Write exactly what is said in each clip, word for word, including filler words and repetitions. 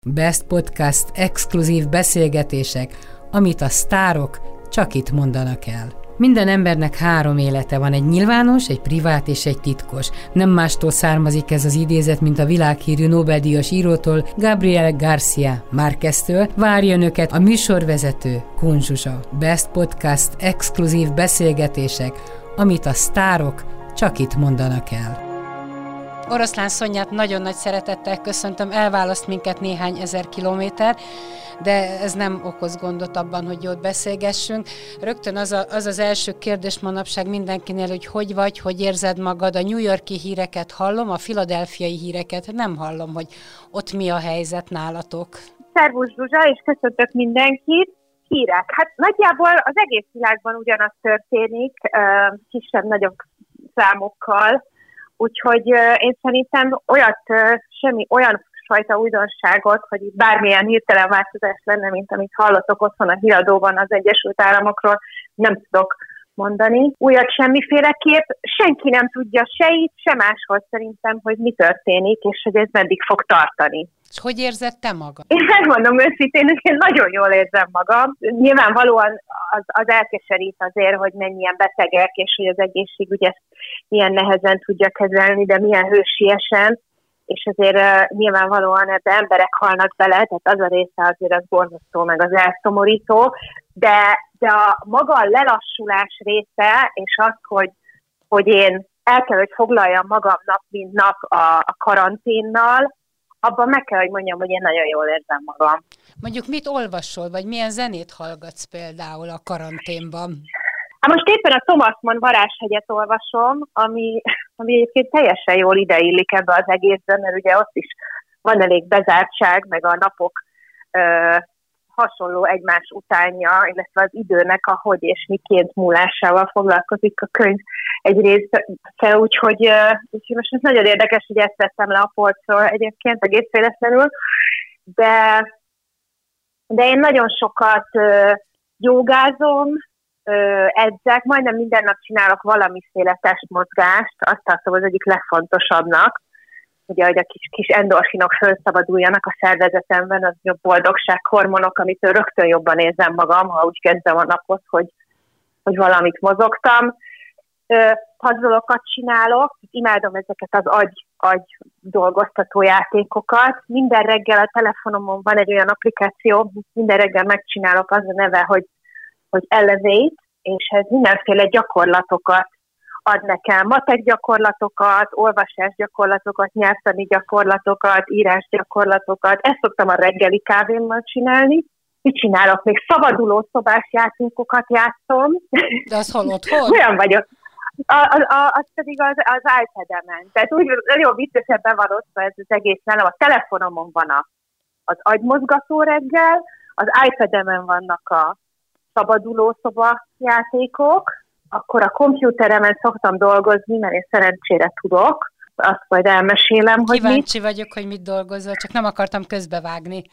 Best Podcast exkluzív beszélgetések, amit a sztárok csak itt mondanak el. Minden embernek három élete van, egy nyilvános, egy privát és egy titkos. Nem mástól származik ez az idézet, mint a világhírű Nobel-díjas írótól, Gabriel García Márqueztől. Várja önöket a műsorvezető, Kun Zsuzsa. Best Podcast exkluzív beszélgetések, amit a sztárok csak itt mondanak el. Oroszlán Szonyát nagyon nagy szeretettel köszöntöm, elválaszt minket néhány ezer kilométer, de ez nem okoz gondot abban, hogy jót beszélgessünk. Rögtön az, a, az az első kérdés manapság mindenkinél, hogy hogy vagy, hogy érzed magad. A New York-i híreket hallom, a philadelphiai híreket nem hallom, hogy ott mi a helyzet nálatok. Szervusz Zsuzsa, és köszöntök mindenkit. Hírek. Hát nagyjából az egész világban ugyanaz történik, kisebb-nagyobb számokkal. Úgyhogy uh, én szerintem olyat, uh, semmi olyan fajta újdonságot, hogy itt bármilyen hirtelen változás lenne, mint amit hallottok otthon a híradóban az Egyesült Államokról, nem tudok mondani. Újat semmiféleképp, senki nem tudja se itt, se máshol szerintem, hogy mi történik, és hogy ez meddig fog tartani. És hogy érzed te magad? Én megmondom őszintén, hogy én nagyon jól érzem magam. Nyilvánvalóan az, az elkeserít azért, hogy mennyien betegek, és hogy az egészségügy ezt milyen nehezen tudja kezelni, de milyen hősiesen, és azért uh, nyilvánvalóan ebbe emberek halnak bele, tehát az a része azért az borzasztó, meg az elszomorító, de, de a maga a lelassulás része, és az, hogy, hogy én el kell, hogy foglaljam magam nap, mint nap a, a karanténnal, abban meg kell, hogy mondjam, hogy én nagyon jól érzem magam. Mondjuk mit olvasol, vagy milyen zenét hallgatsz például a karanténban? Hát most éppen a Thomas Mann Varázshegyet olvasom, ami, ami egyébként teljesen jól ideillik ebbe az egészben, mert ugye ott is van elég bezártság, meg a napok ö, hasonló egymás utánja, illetve az időnek a hogy és miként múlásával foglalkozik a könyv egy része, úgyhogy, úgyhogy most ez nagyon érdekes, hogy ezt veszem le a polcról egyébként egész véletlenül, de, de én nagyon sokat ö, jogázom, ö, edzek, majdnem minden nap csinálok valamiféle testmozgást, azt tartom az egyik legfontosabbnak, ugye, hogy a kis, kis endorfinok felszabaduljanak a szervezetemben, az a boldogsághormonok, amitől rögtön jobban érzem magam, ha úgy kezdem a napot, hogy, hogy valamit mozogtam. Puzzle-okat csinálok, imádom ezeket az agy, agy dolgoztató játékokat. Minden reggel a telefonomon van egy olyan applikáció, minden reggel megcsinálok, az a neve, hogy, hogy Elevate, és ez mindenféle gyakorlatokat ad nekem, matek gyakorlatokat, olvasás gyakorlatokat, nyelvtani gyakorlatokat, írás gyakorlatokat. Ezt szoktam a reggeli kávémmal csinálni. Mit csinálok? Még szabaduló szobás játékokat játszom. De az hol otthon? Olyan vagyok. A, a, a, az pedig az, az iPad-emen. Tehát úgy nagyon viccesebben van osztva ez az egész nálam. A telefonomon van a, az agymozgató reggel, az iPad-emen vannak a szabaduló szoba játékok, akkor a kompjúteremen szoktam dolgozni, mert én szerencsére tudok. Azt majd elmesélem, hogy mit. Kíváncsi vagyok, hogy mit dolgozol, csak nem akartam közbevágni.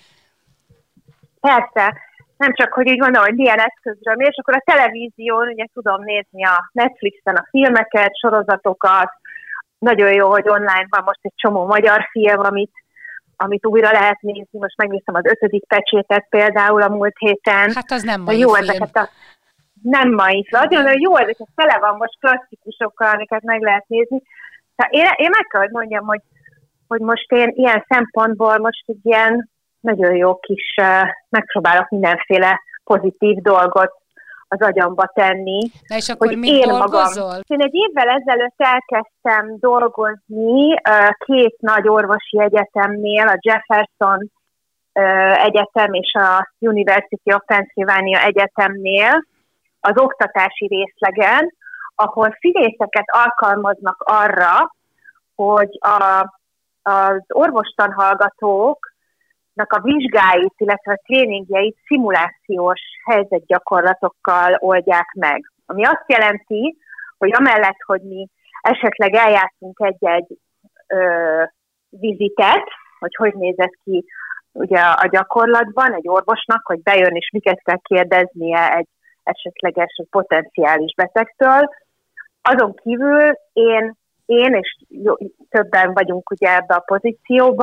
Persze. Nem csak, hogy így mondom, hogy milyen eszközről mi, és akkor a televízión ugye tudom nézni a Netflixen a filmeket, sorozatokat. Nagyon jó, hogy online van most egy csomó magyar film, amit, amit újra lehet nézni. Most megnéztem az ötödik pecsétet például a múlt héten. Hát az nem mai jó, film. Ezeket a, nem mai film. Nagyon jó, ezeket tele van most klasszikusokkal, amiket meg lehet nézni. Tehát én, én meg kell, hogy mondjam, hogy, hogy most én ilyen szempontból most egy ilyen nagyon jó kis, uh, megpróbálok mindenféle pozitív dolgot az agyamba tenni. Na és akkor mit dolgozol? Magam. Én egy évvel ezelőtt elkezdtem dolgozni uh, két nagy orvosi egyetemnél, a Jefferson uh, Egyetem és a University of Pennsylvania Egyetemnél, az oktatási részlegen, ahol filészeket alkalmaznak arra, hogy a, az orvostanhallgatók a vizsgáit, illetve a tréningjeit szimulációs helyzetgyakorlatokkal oldják meg. Ami azt jelenti, hogy amellett, hogy mi esetleg eljátszunk egy-egy ö, vizitet, hogy hogy néz ez ki ugye a gyakorlatban egy orvosnak, hogy bejön és miket kell kérdeznie egy esetleges vagy potenciális betegtől. Azon kívül én, én és jó, többen vagyunk ugye ebbe a pozícióba,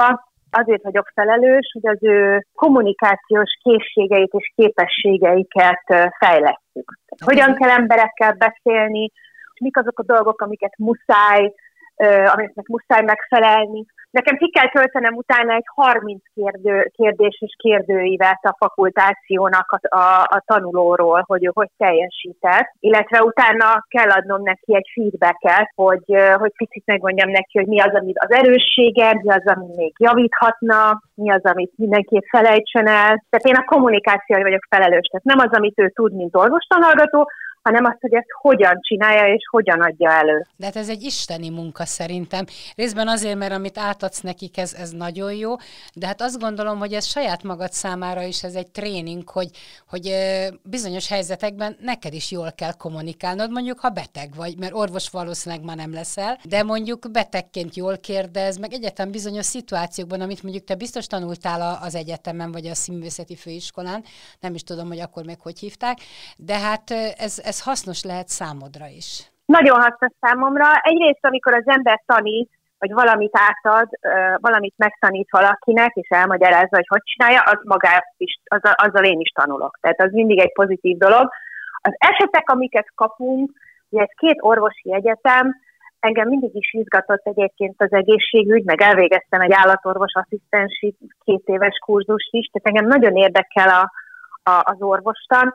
azért vagyok felelős, hogy az ő kommunikációs készségeit és képességeiket fejlesztjük. Hogyan kell emberekkel beszélni, mik azok a dolgok, amiket muszáj, amiknek muszáj megfelelni. Nekem ki kell töltenem utána egy harminc kérdő, kérdés és kérdőívet a fakultációnak a, a, a tanulóról, hogy ő hogy teljesített, illetve utána kell adnom neki egy feedbacket, hogy, hogy picit megmondjam neki, hogy mi az, ami az erőssége, mi az, ami még javíthatna, mi az, amit mindenképp felejtsen el. Tehát én a kommunikációra vagyok felelős, tehát nem az, amit ő tud, mint orvostanhallgató, hanem azt, hogy ezt hogyan csinálja és hogyan adja elő. De hát ez egy isteni munka szerintem. Részben azért, mert amit átadsz nekik, ez, ez nagyon jó, de hát azt gondolom, hogy ez saját magad számára is ez egy tréning, hogy, hogy bizonyos helyzetekben neked is jól kell kommunikálnod, mondjuk ha beteg vagy, mert orvos valószínűleg már nem leszel, de mondjuk betegként jól kérdez, meg egyetem bizonyos szituációkban, amit mondjuk te biztos tanultál az egyetemen, vagy a színművészeti főiskolán, nem is tudom, hogy akkor meg hogy hívták, de hát ez, ez Ez hasznos lehet számodra is. Nagyon hasznos számomra. Egyrészt, amikor az ember tanít, vagy valamit átad, valamit megtanít valakinek, és elmagyarázza, hogy hogy csinálja, az magát is, az, azzal én is tanulok. Tehát az mindig egy pozitív dolog. Az esetek, amiket kapunk, ugye ez két orvosi egyetem, engem mindig is izgatott egyébként az egészségügy, meg elvégeztem egy állatorvos asszisztensi két éves kurzust is, tehát engem nagyon érdekel a, a, az orvostan,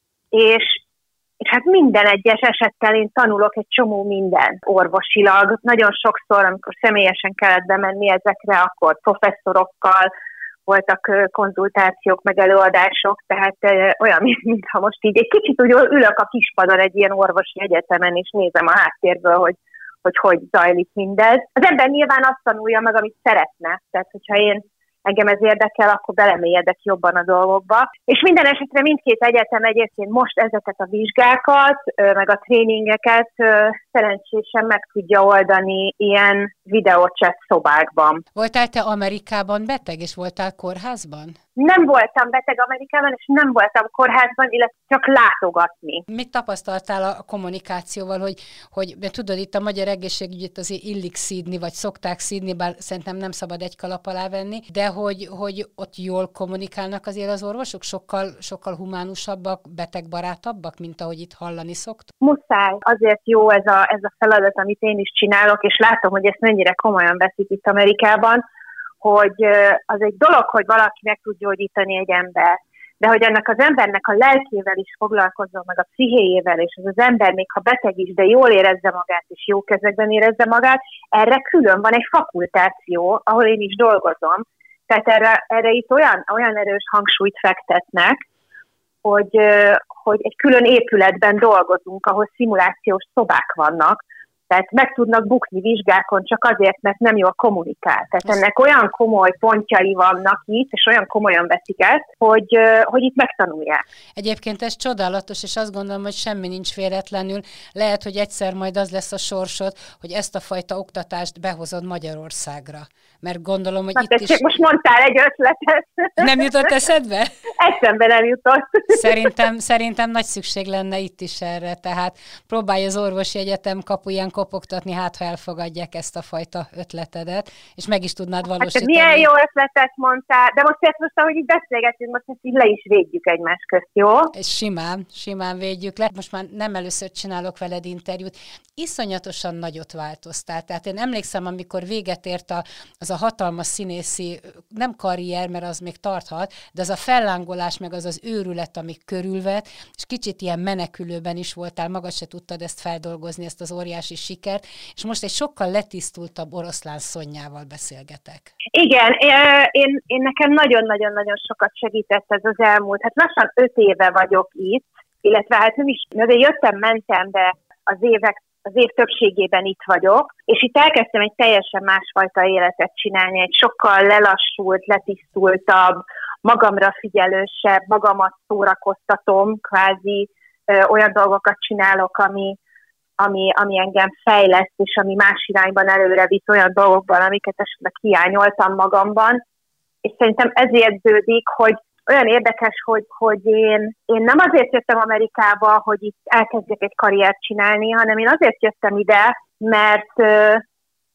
és És hát minden egyes esettel én tanulok egy csomó minden orvosilag. Nagyon sokszor, amikor személyesen kellett bemenni ezekre, akkor professzorokkal voltak konzultációk, meg előadások, tehát olyan, mintha most így egy kicsit úgy ülök a kispadon egy ilyen orvosi egyetemen, és nézem a háttérből, hogy hogy, hogy zajlik mindez. Az ember nyilván azt tanulja meg, amit szeretne. Tehát, hogyha én engem ez érdekel, akkor belemélyedek jobban a dolgokba. És minden esetre mindkét egyetem egyébként most ezeket a vizsgákat, meg a tréningeket szerencsésen meg tudja oldani ilyen videóchat szobákban. Voltál te Amerikában beteg, és voltál kórházban? Nem voltam beteg Amerikában, és nem voltam kórházban, illetve csak látogatni. Mit tapasztaltál a kommunikációval, hogy, hogy tudod, itt a magyar egészségügyet azért illik szídni, vagy szokták szídni, bár szerintem nem szabad egy kalap alá venni, de hogy, hogy ott jól kommunikálnak azért az orvosok, sokkal, sokkal humánusabbak, betegbarátabbak, mint ahogy itt hallani szoktuk? Muszáj. Azért jó ez a, ez a feladat, amit én is csinálok, és látom, hogy ezt mennyire komolyan veszik itt Amerikában, hogy az egy dolog, hogy valaki meg tud gyógyítani egy ember, de hogy ennek az embernek a lelkével is foglalkozzon, meg a pszichéjével, és az az ember még ha beteg is, de jól érezze magát, és jó kezekben érezze magát, erre külön van egy fakultáció, ahol én is dolgozom. Tehát erre, erre itt olyan, olyan erős hangsúlyt fektetnek, hogy, hogy egy külön épületben dolgozunk, ahol szimulációs szobák vannak, tehát meg tudnak bukni vizsgákon csak azért, mert nem jól kommunikál. Tehát ennek olyan komoly pontjai vannak itt, és olyan komolyan veszik ezt, hogy, hogy itt megtanulják. Egyébként ez csodálatos, és azt gondolom, hogy semmi nincs véletlenül. Lehet, hogy egyszer majd az lesz a sorsod, hogy ezt a fajta oktatást behozod Magyarországra. Mert gondolom, hogy hát itt is... Most mondtál egy ötletet. Nem jutott eszedbe? Eszembe nem jutott. Szerintem, szerintem nagy szükség lenne itt is erre, tehát próbálj az orvosi egyetem kapuján kopogtatni, hát ha elfogadják ezt a fajta ötletedet, és meg is tudnád valósítani. Hát, milyen jó ötletet mondtál, de most ezt most, ahogy így beszélgetünk, most ezt így le is védjük egymás közt, jó? És simán, simán védjük le. Most már nem először csinálok veled interjút. Iszonyatosan nagyot változtál. Tehát én emlékszem, amikor véget ért a, az a hatalmas színészi, nem karrier, mert az még tarthat, de az a fellángolás, meg az az őrület, ami körülvet, és kicsit ilyen menekülőben is voltál, maga se tudtad ezt feldolgozni, ezt az óriási sikert, és most egy sokkal letisztultabb Oroszlán Szonyával beszélgetek. Igen, én, én nekem nagyon-nagyon-nagyon sokat segített ez az elmúlt, hát lassan öt éve vagyok itt, illetve hát nem is, azért jöttem, mentem, de az évek az év többségében itt vagyok, és itt elkezdtem egy teljesen másfajta életet csinálni, egy sokkal lelassult, letisztultabb, magamra figyelősebb, magamat szórakoztatom, kvázi ö, olyan dolgokat csinálok, ami, ami, ami engem fejleszt, és ami más irányban előre visz olyan dolgokban, amiket esetleg hiányoltam magamban, és szerintem ez érződik, hogy olyan érdekes, hogy, hogy én, én nem azért jöttem Amerikába, hogy itt elkezdjek egy karriert csinálni, hanem én azért jöttem ide, mert,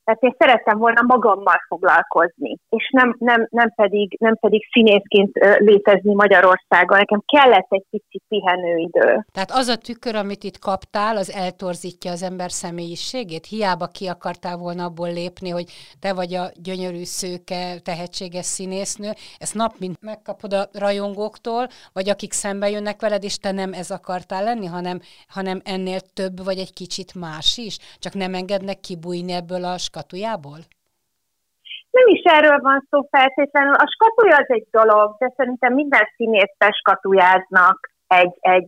Tehát én szerettem volna magammal foglalkozni, és nem, nem, nem, pedig, nem pedig színészként létezni Magyarországon. Nekem kellett egy pici pihenőidő. Tehát az a tükör, amit itt kaptál, az eltorzítja az ember személyiségét? Hiába ki akartál volna abból lépni, hogy te vagy a gyönyörű, szőke, tehetséges színésznő. Ezt nap mint megkapod a rajongóktól, vagy akik szembe jönnek veled, és te nem ez akartál lenni, hanem, hanem ennél több, vagy egy kicsit más is? Csak nem engednek kibújni ebből a skatujából? Nem is erről van szó feltétlenül. A skatuja az egy dolog, de szerintem minden színészben skatujáznak egy, egy,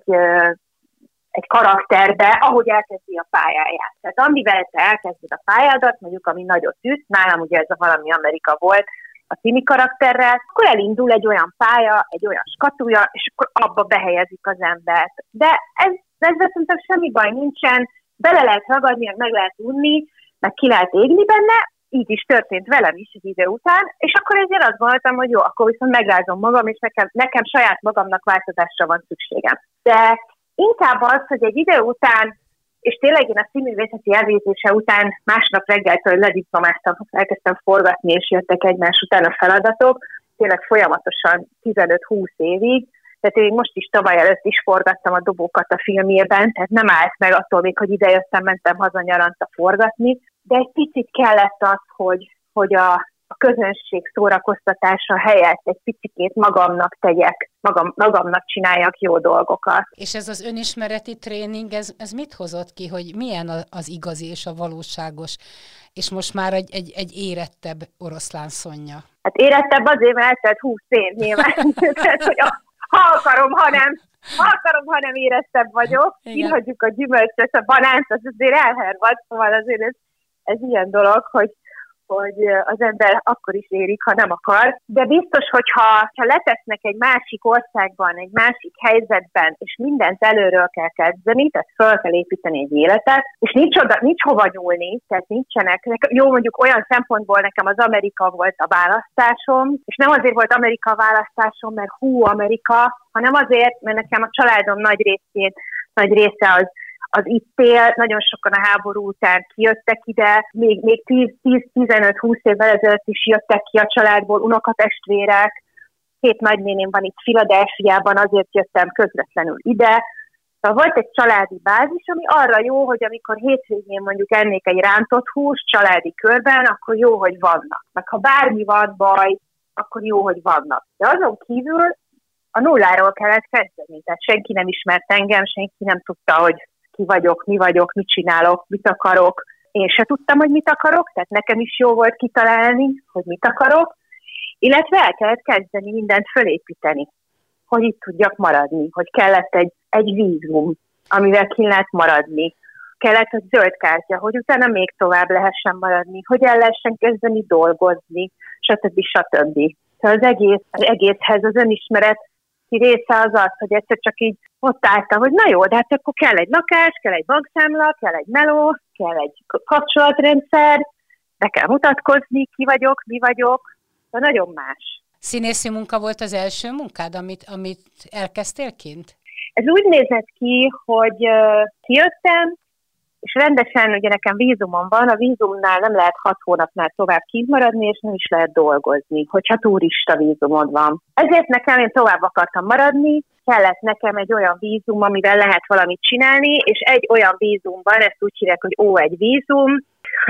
egy karakterbe, ahogy elkezdi a pályáját. Tehát amivel te elkezded a pályádat, mondjuk ami nagyot üt, nálam ugye ez a Valami Amerika volt a cími karakterrel, akkor elindul egy olyan pálya, egy olyan skatuja, és akkor abba behelyezik az embert. De ez, ezzel szerintem semmi baj nincsen, bele lehet ragadni, meg lehet unni, meg ki lehet égni benne, így is történt velem is egy idő után, és akkor ezért azt gondoltam, hogy jó, akkor viszont megrázom magam, és nekem, nekem saját magamnak változásra van szükségem. De inkább az, hogy egy idő után, és tényleg én a színművészeti elvégzése után másnap reggeltől lediplomáztam, elkezdtem forgatni, és jöttek egymás után a feladatok, tényleg folyamatosan tizenöt-húsz évig, tehát én most is tavaly előtt is forgattam a Dobókat a filmjében, tehát nem állt meg attól még, hogy idejöttem, mentem haza nyaranta forgatni, de egy picit kellett az, hogy, hogy a, a közönség szórakoztatása helyett egy picikét magamnak tegyek, magam, magamnak csináljak jó dolgokat. És ez az önismereti tréning, ez, ez mit hozott ki, hogy milyen az igazi és a valóságos, és most már egy, egy, egy érettebb Oroszlán Szonya? Hát érettebb azért, mert eltelt húsz év nyilván, tehát, hogy a, ha akarom, ha nem, ha akarom, ha nem érettebb vagyok, kihagyjuk a gyümölcsöt, a banánt, az azért elhervad, szóval azért ez Ez ilyen dolog, hogy, hogy az ember akkor is érik, ha nem akar. De biztos, hogyha ha letesznek egy másik országban, egy másik helyzetben, és mindent előről kell kezdeni, tehát fel kell építeni egy életet, és nincs, oda, nincs hova nyúlni, tehát nincsenek. Jó, mondjuk olyan szempontból nekem az Amerika volt a választásom, és nem azért volt Amerika a választásom, mert hú, Amerika, hanem azért, mert nekem a családom nagy részét, nagy része az az itt él, nagyon sokan a háború után kijöttek ide, még, még tíz-tizenöt-húsz évvel ezelőtt is jöttek ki a családból unokatestvérek, két nagynéném van itt Philadelphiában, azért jöttem közvetlenül ide. Szóval volt egy családi bázis, ami arra jó, hogy amikor hétvégén mondjuk ennék egy rántott hús családi körben, akkor jó, hogy vannak. Meg ha bármi van baj, akkor jó, hogy vannak. De azon kívül a nulláról kellett kezdeni, tehát senki nem ismert engem, senki nem tudta, hogy ki vagyok, mi vagyok, mit csinálok, mit akarok. Én se tudtam, hogy mit akarok, tehát nekem is jó volt kitalálni, hogy mit akarok, illetve el kellett kezdeni mindent fölépíteni, hogy itt tudjak maradni, hogy kellett egy, egy vízum, amivel ki lehet maradni. Kellett egy zöld kártya, hogy utána még tovább lehessen maradni, hogy el lehessen kezdeni dolgozni, stb. stb. Tehát az, egész, az egészhez az önismeret része az az, hogy egyszer csak így ott álltam, hogy na jó, de hát akkor kell egy lakás, kell egy bankszámla, kell egy meló, kell egy kapcsolatrendszer, be kell mutatkozni, ki vagyok, mi vagyok, de nagyon más. Színészi munka volt az első munkád, amit, amit elkezdtél kint? Ez úgy nézett ki, hogy uh, kijöttem, és rendesen, ugye nekem vízumom van, a vízumnál nem lehet hat hónapnál tovább kint maradni, és nem is lehet dolgozni, hogyha turista vízumod van. Ezért nekem én tovább akartam maradni, kellett nekem egy olyan vízum, amivel lehet valamit csinálni, és egy olyan vízum van, ezt úgy hívják, hogy ó egy vízum,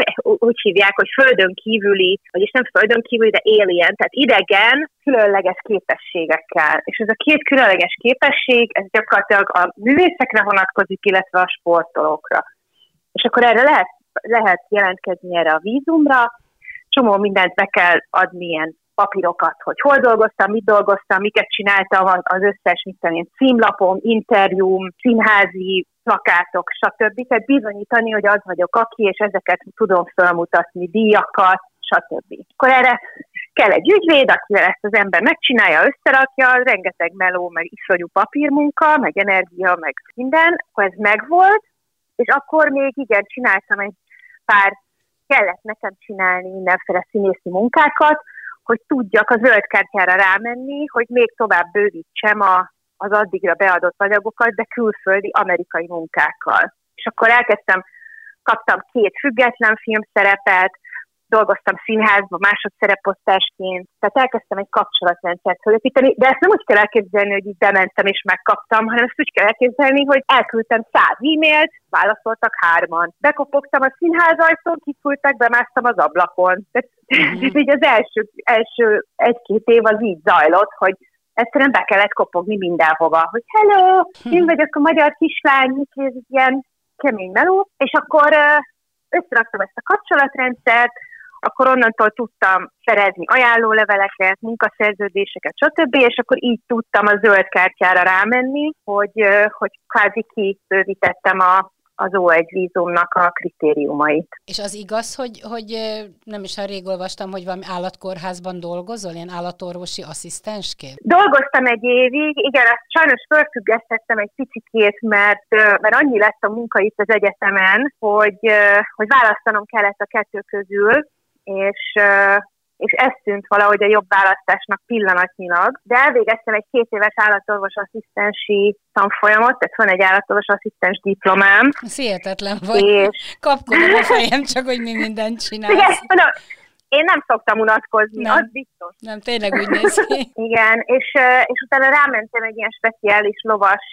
úgy hívják, hogy földön kívüli, vagyis nem földön kívüli, de alien, tehát idegen, különleges képességekkel. És ez a két különleges képesség, ez gyakorlatilag a művészekre vonatkozik, illetve a sportolókra. És akkor erre lehet, lehet jelentkezni erre a vízumra, csomó mindent be kell adni, ilyen papírokat, hogy hol dolgoztam, mit dolgoztam, miket csináltam, az összes, mit tudom én, címlapom, interjúm, színházi plakátok, stb. Tehát bizonyítani, hogy az vagyok aki, és ezeket tudom felmutatni, díjakat, stb. Akkor erre kell egy ügyvéd, akivel ezt az ember megcsinálja, összerakja, rengeteg meló, meg iszonyú papírmunka, meg energia, meg minden, akkor ez megvolt, és akkor még igen, csináltam egy pár, kellett nekem csinálni mindenféle színészi munkákat, hogy tudjak a zöld kártyára rámenni, hogy még tovább bővítsem a, az addigra beadott anyagokat, de külföldi amerikai munkákkal. És akkor elkezdtem, kaptam két független filmszerepet, dolgoztam színházban, másodszereposztásként, tehát elkezdtem egy kapcsolatrendszert fölépíteni, de ezt nem úgy kell elképzelni, hogy így bementem és megkaptam, hanem ezt úgy kell elképzelni, hogy elküldtem száz e-mailt, válaszoltak hárman. Bekopogtam a színház ajtón, kiküldtek, bemásztam az ablakon. Tehát mm-hmm. így az első, első egy-két év az így zajlott, hogy egyszerűen be kellett kopogni mindenhova, hogy hello, én vagyok a magyar kislány, ez ilyen kemény meló, és akkor összeraktam ezt a kapcsolatrendszert, akkor onnantól tudtam szerezni ajánlóleveleket, munkaszerződéseket, stb., és akkor így tudtam a zöld kártyára rámenni, hogy, hogy kvázi kibővítettem a az o egy vízumnak a kritériumait. És az igaz, hogy, hogy nem is olyan rég olvastam, hogy valami állatkórházban dolgozol, ilyen állatorvosi asszisztensként? Dolgoztam egy évig, igen, azt sajnos fölfüggesztettem egy picikét, mert, mert annyi lett a munka itt az egyetemen, hogy, hogy választanom kellett a kettő közül, és és ez tűnt valahogy a jobb választásnak pillanatnyilag, de elvégeztem egy két éves állatorvos asszisztensi tanfolyamot, tehát van egy állatorvos asszisztens diplomám. Ez hihetetlen vagy. És... Kapkodom a fejem, csak hogy mi mindent csinálsz. Igen, mondom, én nem szoktam unatkozni, nem. Az biztos. Nem, tényleg úgy néz ki. Igen, és, és utána rámentem egy ilyen speciális lovas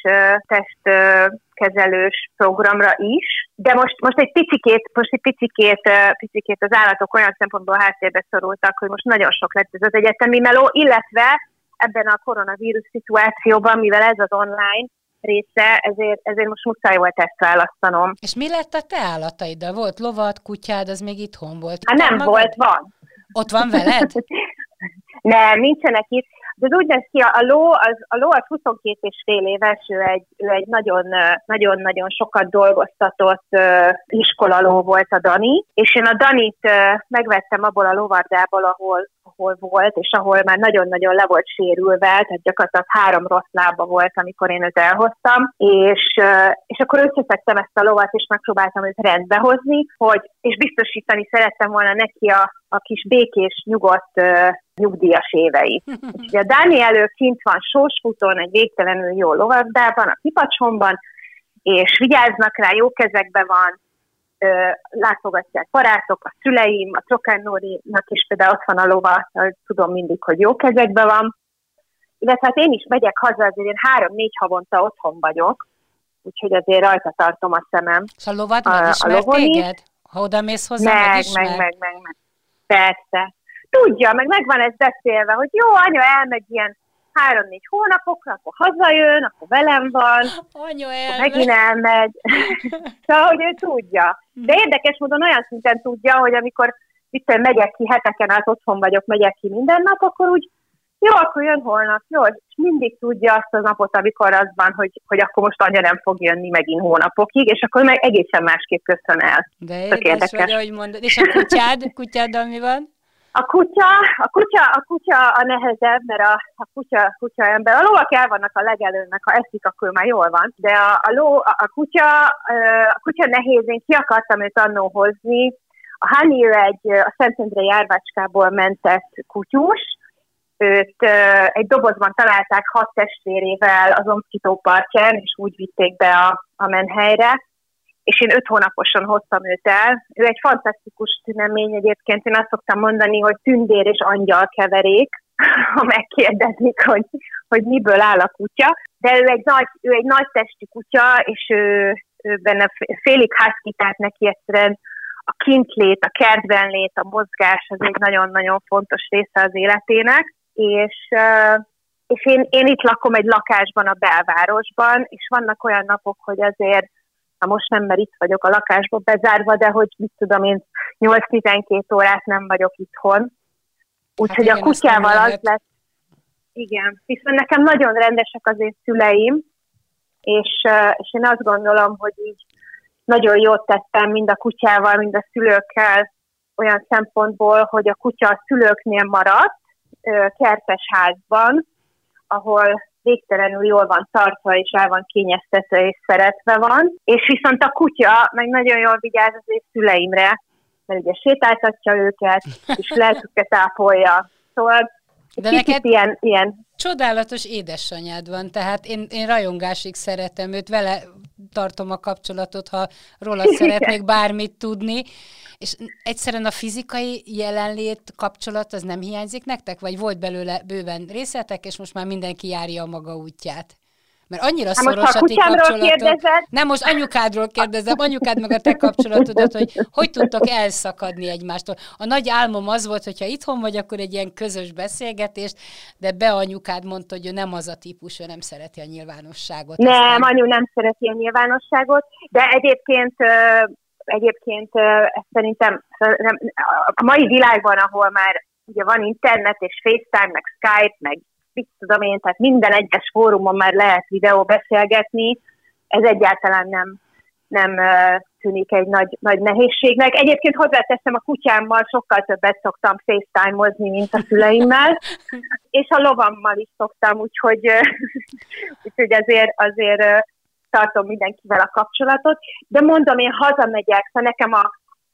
testkezelős programra is, de most, most egy picikét, most egy picikét, picikét az állatok olyan szempontból háttérbe szorultak, hogy most nagyon sok lett ez az egyetemi meló, illetve ebben a koronavírus szituációban, mivel ez az online része, ezért, ezért most muszáj volt ezt választanom. És mi lett a te állataiddal? Volt lovat, kutyád, az még itthon volt? Hát nem magad? Volt, van. Ott van veled? Nem, nincsenek itt. De az úgy néz ki, a ló az, a ló az huszonkét és fél éves, ő egy, ő egy nagyon, nagyon-nagyon sokat dolgoztatott uh, iskolaló volt a Dani, és én a Danit uh, megvettem abból a lovardából, ahol, ahol volt, és ahol már nagyon-nagyon le volt sérülve, tehát gyakorlatilag három rossz lába volt, amikor én őt elhoztam, és, uh, és akkor összeszedtem ezt a lovat, és megpróbáltam őt rendbe hozni, hogy, és biztosítani szerettem volna neki a, a kis békés, nyugodt uh, nyugdíjas éveit. Úgyhogy a Dániel kint van Sósfúton, egy végtelenül jó lovardában, a Kipacsomban, és vigyáznak rá, jó kezekben van, ö, látogatják barátok, a szüleim, a Csokán Nórinak is például ott van a lova, tudom mindig, hogy jó kezekben van. Illetve hát én is megyek haza, azért én három-négy havonta otthon vagyok, úgyhogy azért rajta tartom a szemem. És a lovad megismer téged? Ha oda mész hozzá, meg, megismer? Meg, meg, meg, meg. Persze. Tudja, meg megvan ez beszélve, hogy jó, anya elmegy ilyen három-négy hónapokra, akkor hazajön, akkor velem van, anya akkor megint elmegy. Szóval, hogy ő tudja. De érdekes módon olyan szinten tudja, hogy amikor itt megyek ki, heteken át otthon vagyok, megyek ki minden nap, akkor úgy, jó, akkor jön holnap, jó, és mindig tudja azt az napot, amikor az van, hogy, hogy akkor most anya nem fog jönni megint hónapokig, és akkor meg egészen másképp köszön el. De érdekes, érdekes. Vagy, ahogy mondod. És a kutyád? Kutyáddal mi van? A kutya, a kutya, a kutya a nehezebb, mert a, a kutya, kutya ember. A lovak el vannak a legelőn, ha eszik, akkor már jól van. De a, a, ló, a, a, kutya, a kutya nehéz, én ki akartam őt annó hozni. A Honey egy a Szentendrei árvácskából mentett kutyus. Őt egy dobozban találták hat testvérével az Omszkitó partján, és úgy vitték be a, a menhelyre. És én öt hónaposan hoztam őt el. Ő egy fantasztikus tünemény egyébként. Én azt szoktam mondani, hogy tündér és angyal keverék, ha megkérdezik, hogy, hogy miből áll a kutya. De ő egy nagy, ő egy nagy testi kutya, és ő, ő benne félig husky, tehát neki egyszerűen a kintlét, a kertben lét, a mozgás, az egy nagyon-nagyon fontos része az életének. És, és én, én itt lakom egy lakásban a belvárosban, és vannak olyan napok, hogy azért most nem, mert itt vagyok a lakásban bezárva, de hogy mit tudom én, nyolc-tizenkét órát nem vagyok itthon. Úgyhogy hát a kutyával az lett. Igen, viszont nekem nagyon rendesek az én szüleim, és, és én azt gondolom, hogy így nagyon jót tettem mind a kutyával, mind a szülőkkel olyan szempontból, hogy a kutya a szülőknél maradt, kertes házban, ahol végtelenül jól van tartva, és el van kényeztetve, és szeretve van. És viszont a kutya meg nagyon jól vigyáz az én szüleimre, mert ugye sétáltatja őket, és lelküket ápolja. Szóval de neked ilyen, ilyen... csodálatos édesanyád van, tehát én, én rajongásig szeretem őt, vele tartom a kapcsolatot, ha róla szeretnék bármit tudni. És egyszerűen a fizikai jelenlét kapcsolat az nem hiányzik nektek? Vagy volt belőle bőven részletek, és most már mindenki járja a maga útját? Mert annyira hát szoros a ti kapcsolatot. Nem, most anyukádról kérdezem, anyukád meg a te kapcsolatodat, hogy hogy tudtok elszakadni egymástól. A nagy álmom az volt, hogyha itthon vagy, akkor egy ilyen közös beszélgetést, de be anyukád mondta, hogy ő nem az a típus, ő nem szereti a nyilvánosságot. Nem, aztán... anyu nem szereti a nyilvánosságot, de egyébként egyébként szerintem a mai világban, ahol már ugye van internet és FaceTime, meg Skype, meg mit tudom én, tehát minden egyes fórumon már lehet videó beszélgetni, ez egyáltalán nem, nem tűnik egy nagy, nagy nehézségnek. Egyébként hozzáteszem, a kutyámmal sokkal többet szoktam FaceTime-ozni, mint a szüleimmel, és a lovammal is szoktam, úgyhogy, úgyhogy azért, azért tartom mindenkivel a kapcsolatot. De mondom, én hazamegyek, szóval nekem a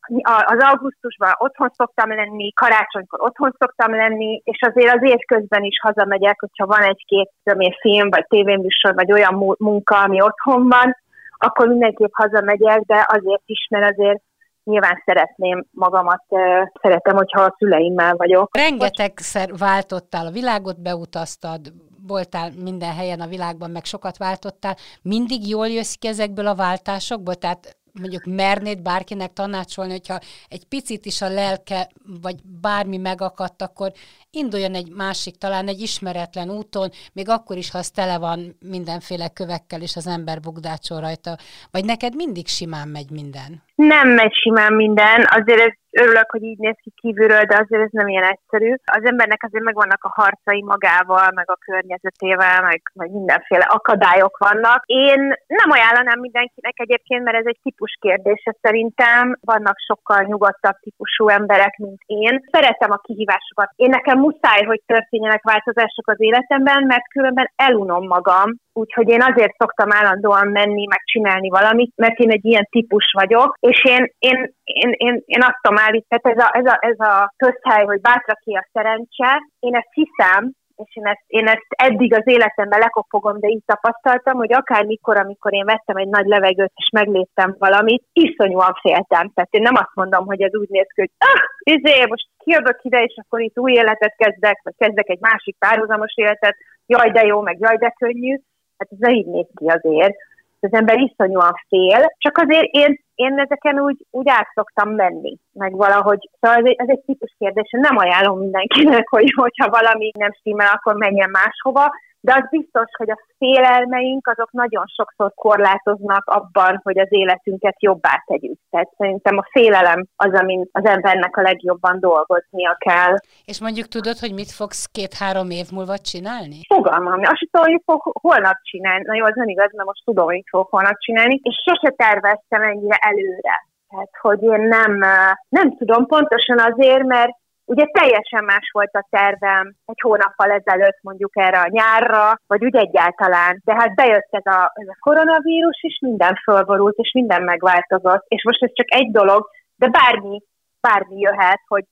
az augusztusban otthon szoktam lenni, karácsonykor otthon szoktam lenni, és azért az év közben is hazamegyek, hogyha van egy-két film, vagy tévéműsor, vagy olyan munka, ami otthon van, akkor mindenképp hazamegyek, de azért is, mert azért nyilván szeretném magamat, szeretem, hogyha a szüleimmel vagyok. Rengetegszer váltottál, a világot beutaztad, voltál minden helyen a világban, meg sokat váltottál. Mindig jól jössz ki ezekből a váltásokból? Tehát mondjuk mernéd bárkinek tanácsolni, hogyha egy picit is a lelke, vagy bármi megakadt, akkor induljon egy másik, talán egy ismeretlen úton, még akkor is, ha az tele van mindenféle kövekkel, és az ember bugdácsol rajta. Vagy neked mindig simán megy minden? Nem megy simán minden, azért ez, örülök, hogy így néz ki kívülről, de azért ez nem ilyen egyszerű. Az embernek azért megvannak a harcai magával, meg a környezetével, meg, meg mindenféle akadályok vannak. Én nem ajánlanám mindenkinek egyébként, mert ez egy típus kérdése szerintem. Vannak sokkal nyugodtabb típusú emberek, mint én. Szeretem a kihívásokat. Én nekem muszáj, hogy történjenek változások az életemben, mert különben elunom magam. Úgyhogy én azért szoktam állandóan menni, meg csinálni valamit, mert én egy ilyen típus vagyok, és én, én, én, én, én azt tudom állítani, ez a, ez, a, ez a közhely, hogy bátraké a szerencse, én ezt hiszem, és én ezt, én ezt eddig az életemben lekopogom, de így tapasztaltam, hogy akármikor, amikor én vettem egy nagy levegőt, és megléptem valamit, iszonyúan féltem. Tehát én nem azt mondom, hogy ez úgy néz ki, hogy ah, izé, most kijövök ide, és akkor itt új életet kezdek, vagy kezdek egy másik párhuzamos életet, jaj, de jó, meg jaj, de könnyű. Hát ez nem így néz ki azért. Az ember iszonyúan fél, csak azért én, én ezeken úgy, úgy át szoktam menni, meg valahogy, szóval ez egy, ez egy típus kérdés, nem ajánlom mindenkinek, hogy, hogyha valami nem stimmel, akkor menjen máshova, de az biztos, hogy a félelmeink azok nagyon sokszor korlátoznak abban, hogy az életünket jobbá tegyük. Tehát szerintem a félelem az, amin az embernek a legjobban dolgoznia kell. És mondjuk tudod, hogy mit fogsz két-három év múlva csinálni? Fogalmam, azt tudom, hogy fog holnap csinálni. Na jó, az nem igaz, mert most tudom, hogy fog holnap csinálni, és sose terveztem ennyire előre. Tehát, hogy én nem, nem tudom pontosan azért, mert ugye teljesen más volt a tervem egy hónappal ezelőtt mondjuk erre a nyárra, vagy úgy egyáltalán. De hát bejött ez a, ez a koronavírus, és minden fölborult, és minden megváltozott. És most ez csak egy dolog, de bármi, bármi jöhet, hogy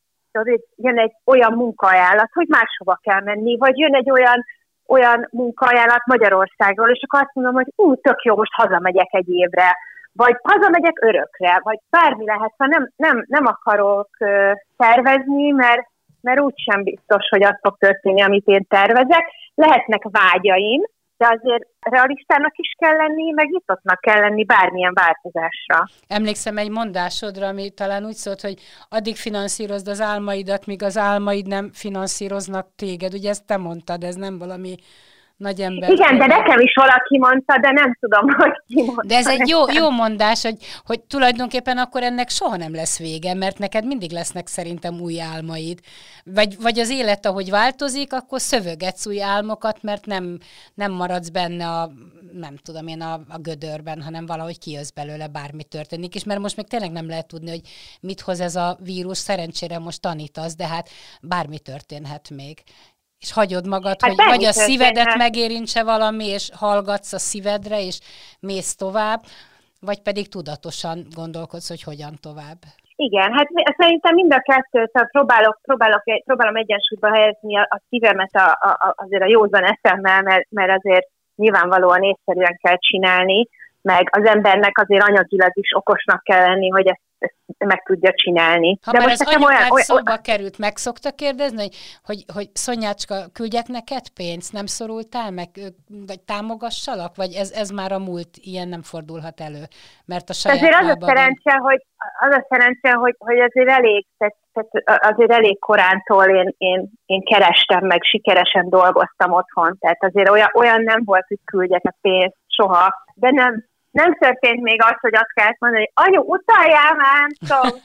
jön egy olyan munkaajánlat, hogy máshova kell menni, vagy jön egy olyan, olyan munkaajánlat Magyarországról, és akkor azt mondom, hogy ú, tök jó, most hazamegyek egy évre, vagy hazamegyek örökre, vagy bármi lehet, szóval nem, nem, nem akarok uh, tervezni, mert, mert úgysem biztos, hogy az fog történni, amit én tervezek. Lehetnek vágyaim, de azért realistának is kell lenni, meg nyitottnak kell lenni bármilyen változásra. Emlékszem egy mondásodra, ami talán úgy szólt, hogy addig finanszírozd az álmaidat, míg az álmaid nem finanszíroznak téged. Ugye ezt te mondtad, ez nem valami nagy ember. Igen, de nekem is valaki mondta, de nem tudom, hogy ki mondta. De ez egy jó, jó mondás, hogy, hogy tulajdonképpen akkor ennek soha nem lesz vége, mert neked mindig lesznek szerintem új álmaid. Vagy, vagy az élet, ahogy változik, akkor szövögetsz új álmokat, mert nem, nem maradsz benne a, nem tudom én, a, a gödörben, hanem valahogy kijössz belőle, bármi történik. És mert most még tényleg nem lehet tudni, hogy mit hoz ez a vírus, szerencsére most tanítasz, de hát bármi történhet még. És hagyod magad, hát hogy vagy a szívedet hát megérintse valami, és hallgatsz a szívedre, és mész tovább, vagy pedig tudatosan gondolkodsz, hogy hogyan tovább. Igen, hát szerintem mind a kettőt, próbálok, próbálok, próbálom egyensúlyba helyezni a, a szívemet a, a, azért a józan eszemmel, mert, mert azért nyilvánvalóan észszerűen kell csinálni, meg az embernek azért anyagilag is okosnak kell lenni, hogy ezt, ezt meg tudja csinálni. Ha már az anyukád olyan, olyan, szóba olyan... került, meg szokta kérdezni, hogy, hogy, hogy Szonyácska, küldjek neked pénzt, nem szorultál meg, vagy támogassalak? Vagy ez, ez már a múlt, ilyen nem fordulhat elő? Mert a saját azért az a szerencse, hogy, az a szerencse, hogy, hogy azért elég, tehát, tehát azért elég korántól én, én, én kerestem, meg sikeresen dolgoztam otthon, tehát azért olyan, olyan nem volt, hogy küldjek a pénzt soha, de nem, nem történt még az, hogy azt kellett mondani, hogy anyu, utaljál már, szóval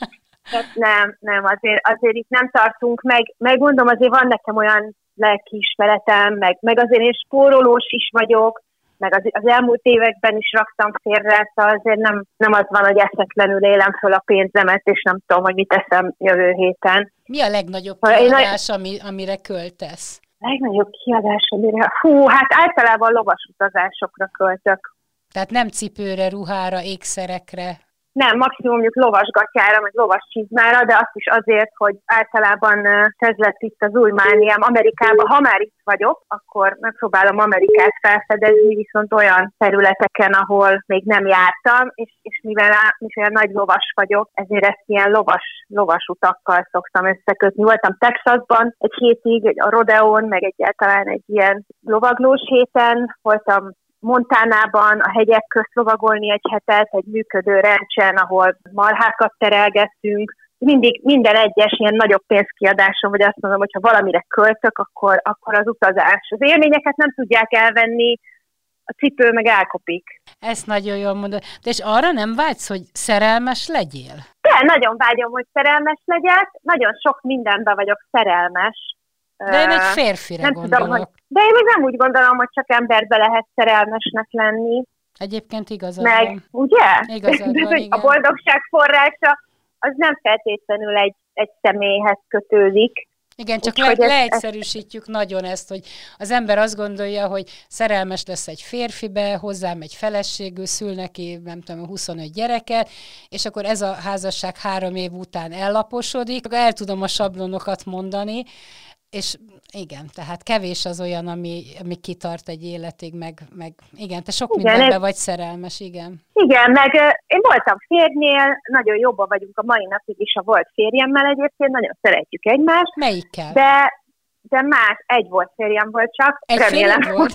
nem, nem, azért, azért itt nem tartunk, meg, meg mondom, azért van nekem olyan lelkiismeretem, meg, meg azért én spórolós is vagyok, meg az, az elmúlt években is raktam félre, szóval azért nem, nem az van, hogy eszetlenül élem föl a pénzemet, és nem tudom, hogy mit teszem jövő héten. Mi a legnagyobb kiadás, én, ami, amire költesz? Legnagyobb kiadás, amire... Hú, hát általában lovasutazásokra költök. Tehát nem cipőre, ruhára, ékszerekre? Nem, maximum mondjuk lovasgatyára, vagy lovas csizmára, de azt is azért, hogy általában ez lett itt az új mániám Amerikában. Ha már itt vagyok, akkor megpróbálom Amerikát felfedezni, viszont olyan területeken, ahol még nem jártam, és, és mivel, mivel nagy lovas vagyok, ezért ezt ilyen lovas, lovas utakkal szoktam összekötni. Voltam Texasban egy hétig, a rodeón, meg egyáltalán egy ilyen lovaglós héten, voltam Montánában a hegyek közt lovagolni egy hetet, egy működő rencsen, ahol marhákat terelgettünk. Mindig minden egyes ilyen nagyobb pénzkiadáson, vagy azt mondom, hogy ha valamire költök, akkor, akkor az utazás. Az élményeket nem tudják elvenni, a cipő meg elkopik. Ezt nagyon jól mondod. De és arra nem vágysz, hogy szerelmes legyél? De nagyon vágyom, hogy szerelmes legyek. Nagyon sok mindenben vagyok szerelmes. De én egy férfire nem gondolok. Tudom, hogy, de én még nem úgy gondolom, hogy csak emberbe lehet szerelmesnek lenni. Egyébként igazad meg, van. Ugye? Igazad van, igen. A boldogság forrása az nem feltétlenül egy, egy személyhez kötődik. Igen, csak le, leegyszerűsítjük ezt... nagyon ezt, hogy az ember azt gondolja, hogy szerelmes lesz egy férfibe, hozzám egy feleségül, szül neki, nem tudom, huszonöt gyereket, és akkor ez a házasság három év után ellaposodik, el tudom a sablonokat mondani, és igen, tehát kevés az olyan, ami, ami kitart egy életig, meg, meg igen, te sok igen, mindenben ez... vagy szerelmes, igen. Igen, meg én voltam férjnél, nagyon jobban vagyunk a mai napig is a volt férjemmel egyébként, nagyon szeretjük egymást. Melyikkel? De, de más, egy volt férjem volt csak, egy remélem. Volt?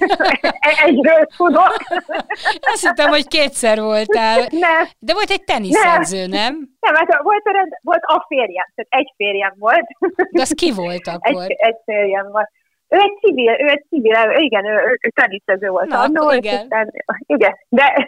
Egyről tudok. Azt hittem, hogy kétszer voltál. Nem. De volt egy teniszedző, nem? Nem, hát volt, volt a férjem, tehát egy férjem volt. De az ki volt akkor? Egy, egy férjem volt. Ő egy civil, ő egy civil, igen, ő, ő teniszező volt. Na, annó, igen. Aztán, igen, de,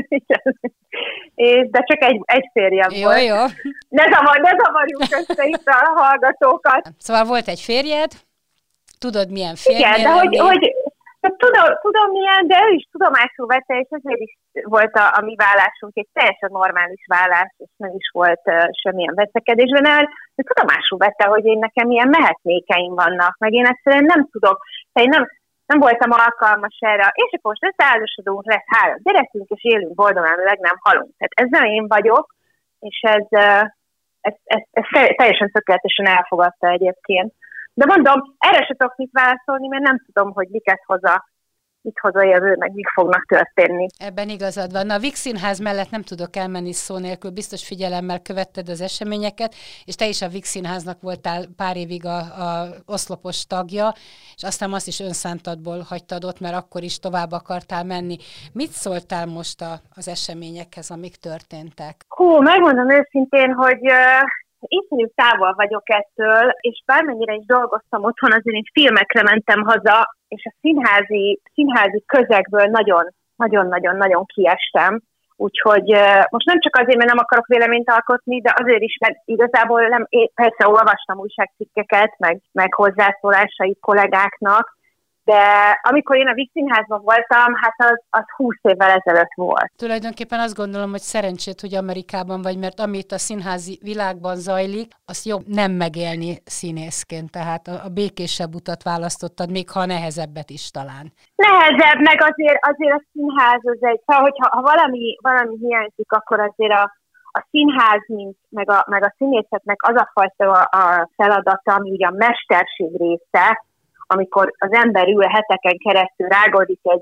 és, de csak egy, egy férjem jó, volt. Jó, jó. Ne, zavar, ne zavarjuk össze itt a hallgatókat. Szóval volt egy férjed, tudod milyen férjnél igen, de hogy, hogy tudom, tudom milyen, de ő is tudomásul vette, és ezért is volt a, a mi vállásunk egy teljesen normális vállás, és nem is volt uh, semmilyen veszekedésben, mert ő tudomásul vette, hogy én nekem ilyen mehetnékeim vannak, meg én egyszerűen nem tudok, tehát én nem, nem voltam alkalmas erre, és akkor most összeházasodunk, lesz három gyerekünk, és élünk boldogan, meg nem halunk. Tehát ez nem én vagyok, és ez, uh, ez, ez, ez teljesen tökéletesen elfogadta egyébként. De mondom, erre se tudok mit válaszolni, mert nem tudom, hogy miket hoz a, mit hoz a jövő, meg mik fognak történni. Ebben igazad van. Na, a Víg Színház mellett nem tudok elmenni szó nélkül, biztos figyelemmel követted az eseményeket, és te is a Víg Színháznak voltál pár évig a, a oszlopos tagja, és aztán azt is önszántadból hagytad ott, mert akkor is tovább akartál menni. Mit szóltál most a, az eseményekhez, amik történtek? Hú, megmondom őszintén, hogy... Uh... iszonyú távol vagyok ettől, és bármennyire is dolgoztam otthon, azért én filmekre mentem haza, és a színházi, színházi közegből nagyon-nagyon-nagyon kiestem. Úgyhogy most nem csak azért, mert nem akarok véleményt alkotni, de azért is, mert igazából nem, én persze olvastam újságcikkeket, meg, meg hozzászólásait kollégáknak, de amikor én a Víg Színházban voltam, hát az, az húsz évvel ezelőtt volt. Tulajdonképpen azt gondolom, hogy szerencsét, hogy Amerikában vagy, mert amit a színházi világban zajlik, azt jobb nem megélni színészként, tehát a, a békésebb utat választottad, még ha nehezebbet is talán. Nehezebb, meg azért, azért a színház az egy, szóval, hogyha ha valami, valami hiányzik, akkor azért a, a színház, mint, meg, a, meg a színészetnek az a fajta a, a feladata, ami ugye a mesterség része, amikor az ember ül heteken keresztül, rágódik egy,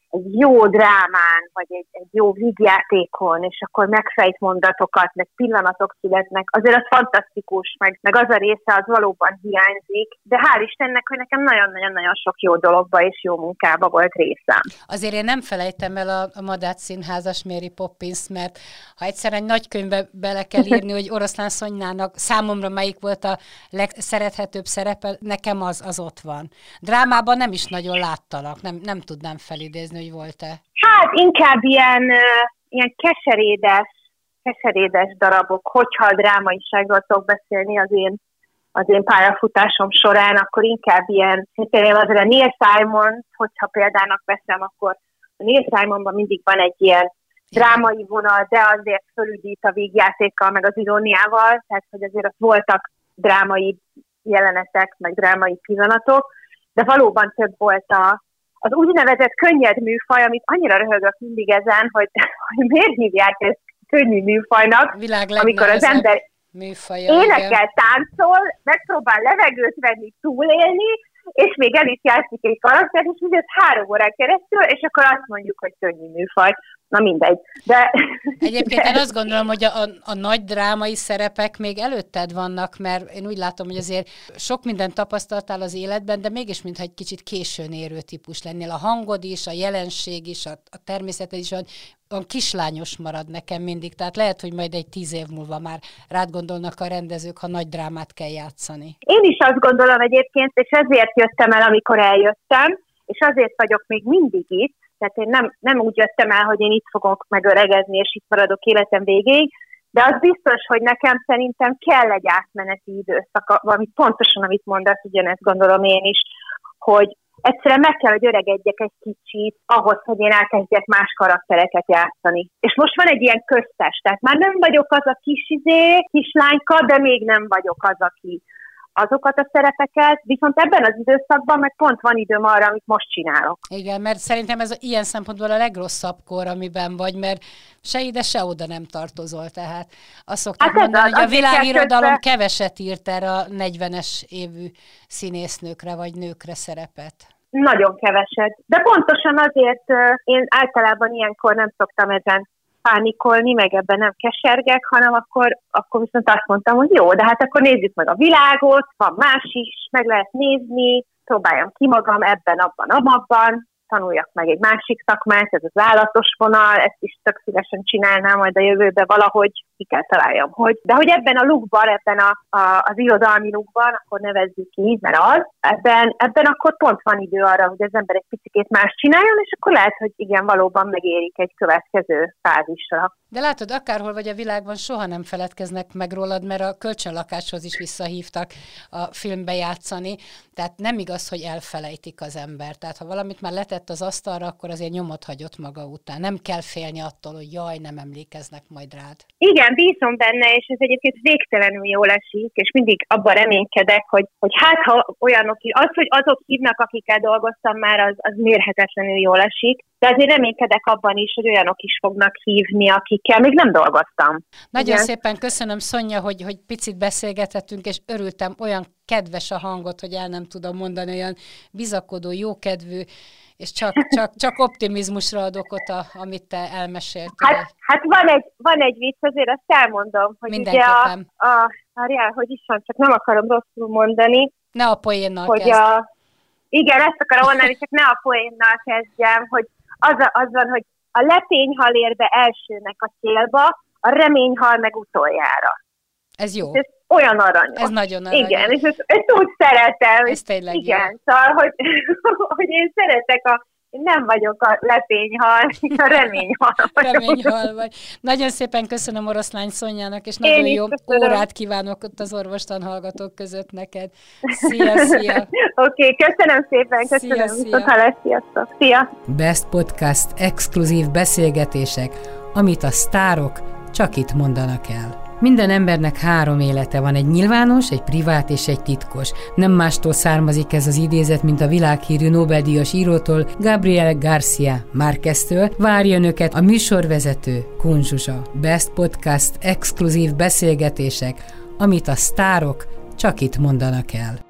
egy jó drámán, vagy egy, egy jó vígjátékon, és akkor megfejt mondatokat, meg pillanatok születnek, azért az fantasztikus, meg, meg az a része az valóban hiányzik, de hál' Istennek, hogy nekem nagyon-nagyon-nagyon sok jó dologba és jó munkába volt részem. Azért én nem felejtem el a, a Madách Színházas Mary Poppins, mert ha egyszer egy nagy könyvbe bele kell írni, hogy Oroszlán Szonynának számomra melyik volt a legszerethetőbb szerepe, nekem az, az ott van. Drámában nem is nagyon láttalak, nem, nem tudnám felidézni, hogy volt-e. Hát inkább ilyen, uh, ilyen keserédes, keserédes darabok, hogyha a drámaiságról tudok beszélni az én, az én pályafutásom során, akkor inkább ilyen, például azért a Neil Simon, hogyha példának veszem, akkor a Neil Simonban mindig van egy ilyen drámai vonal, de azért fölüdít a vígjátékkal, meg az iróniával, tehát hogy azért ott voltak drámai jelenetek, meg drámai pillanatok, de valóban több volt a, az úgynevezett könnyed műfaj, amit annyira röhögök mindig ezen, hogy, hogy miért hívják ezt könnyű műfajnak, amikor az ember műfaja, énekel, igen. táncol, megpróbál levegőt venni, túlélni, és még el is játszik egy karakter, és mindez három órán keresztül, és akkor azt mondjuk, hogy könnyű műfaj. Na mindegy. De, Egyébként de... én azt gondolom, hogy a, a, a nagy drámai szerepek még előtted vannak, mert én úgy látom, hogy azért sok mindent tapasztaltál az életben, de mégis mintha egy kicsit későn érő típus lennél. A hangod is, a jelenség is, a, a természeted is, olyan kislányos marad nekem mindig. Tehát lehet, hogy majd egy tíz év múlva már rád gondolnak a rendezők, ha nagy drámát kell játszani. Én is azt gondolom egyébként, és ezért jöttem el, amikor eljöttem, és azért vagyok még mindig itt. Tehát én nem, nem úgy jöttem el, hogy én itt fogok megöregedni, és itt maradok életem végéig, de az biztos, hogy nekem szerintem kell egy átmeneti időszak, valami pontosan, amit mondasz, ugyanezt gondolom én is, hogy egyszerűen meg kell, hogy öregedjek egy kicsit ahhoz, hogy én elkezdjek más karaktereket játszani. És most van egy ilyen köztes, tehát már nem vagyok az a kis izé, kislányka, de még nem vagyok az, aki azokat a szerepeket, viszont ebben az időszakban meg pont van időm arra, amit most csinálok. Igen, mert szerintem ez ilyen szempontból a legrosszabb kor, amiben vagy, mert se ide, se oda nem tartozol, tehát azt szokták hát mondani, az, hogy a világirodalom közben... keveset írt erre a negyvenes évű színésznőkre vagy nőkre szerepet. Nagyon keveset. De pontosan azért én általában ilyenkor nem szoktam ezen pánikolni, meg ebben nem kesergek, hanem akkor, akkor viszont azt mondtam, hogy jó, de hát akkor nézzük meg a világot, van más is, meg lehet nézni, próbáljam ki magam ebben, abban, abban, tanuljak meg egy másik szakmát, ez az állatos vonal, ezt is tök szívesen csinálnám majd a jövőben valahogy, ki kell találjam, hogy. De hogy ebben a lukban, ebben a, a, az irodalmi lukban, akkor nevezzük ki, mert az, ebben, ebben akkor pont van idő arra, hogy az ember egy picit más csináljon, és akkor lehet, hogy igen, valóban megérik egy következő fázisra. De látod, akárhol vagy a világban, soha nem feledkeznek meg rólad, mert a kölcsönlakáshoz is visszahívtak a filmbe játszani, tehát nem igaz, hogy elfelejtik az ember. Tehát ha valamit már letett az asztalra, akkor azért nyomot hagyott maga után. Nem kell félni attól, hogy jaj, nem emlékeznek majd rád. Igen, bízom benne, és ez egyébként végtelenül jól esik, és mindig abban reménykedek, hogy, hogy hát ha olyanok, az, hogy azok hívnak, akikkel dolgoztam már, az, az mérhetetlenül jól esik, de azért reménykedek abban is, hogy olyanok is fognak hívni, akikkel még nem dolgoztam. Nagyon igen. Szépen köszönöm, Szonya, hogy, hogy picit beszélgethettünk, és örültem, olyan kedves a hangot, hogy el nem tudom mondani, olyan bizakodó, jókedvű, és csak, csak, csak optimizmusra ad okot, a, amit te elmeséltél. Hát, hát van, egy, van egy vicc, azért azt elmondom, hogy ugye a, a, a, hogy is van, csak nem akarom rosszul mondani. Ne a poénnal hogy kezd. A, igen, ezt akarom mondani, csak ne a poénnal kezdjem, hogy az, a, az van, hogy a lepényhal ér be elsőnek a célba, a reményhal meg utoljára. Ez jó. Ez olyan aranyos. Ez nagyon aranyos. Igen, és ezt, ezt úgy szeretem. Ez tényleg igen, jó. Szóval, hogy, hogy én szeretek a én nem vagyok a lepényhal, a reményhal vagyok. Reményhal vagy. Nagyon szépen köszönöm Oroszlány Szonyának, és nagyon jó köszönöm. Órát kívánok ott az orvostan hallgatók között neked. Szia, szia! Oké, okay, köszönöm szépen, köszönöm. Szia, szia. Viszont sziasztok. Szia! Best Podcast exkluzív beszélgetések, amit a sztárok csak itt mondanak el. Minden embernek három élete van, egy nyilvános, egy privát és egy titkos. Nem mástól származik ez az idézet, mint a világhírű Nobel-díjas írótól, Gabriel García Márqueztől. Várja önöket a műsorvezető, Kun Zsuzsa. Best Podcast exkluzív beszélgetések, amit a sztárok csak itt mondanak el.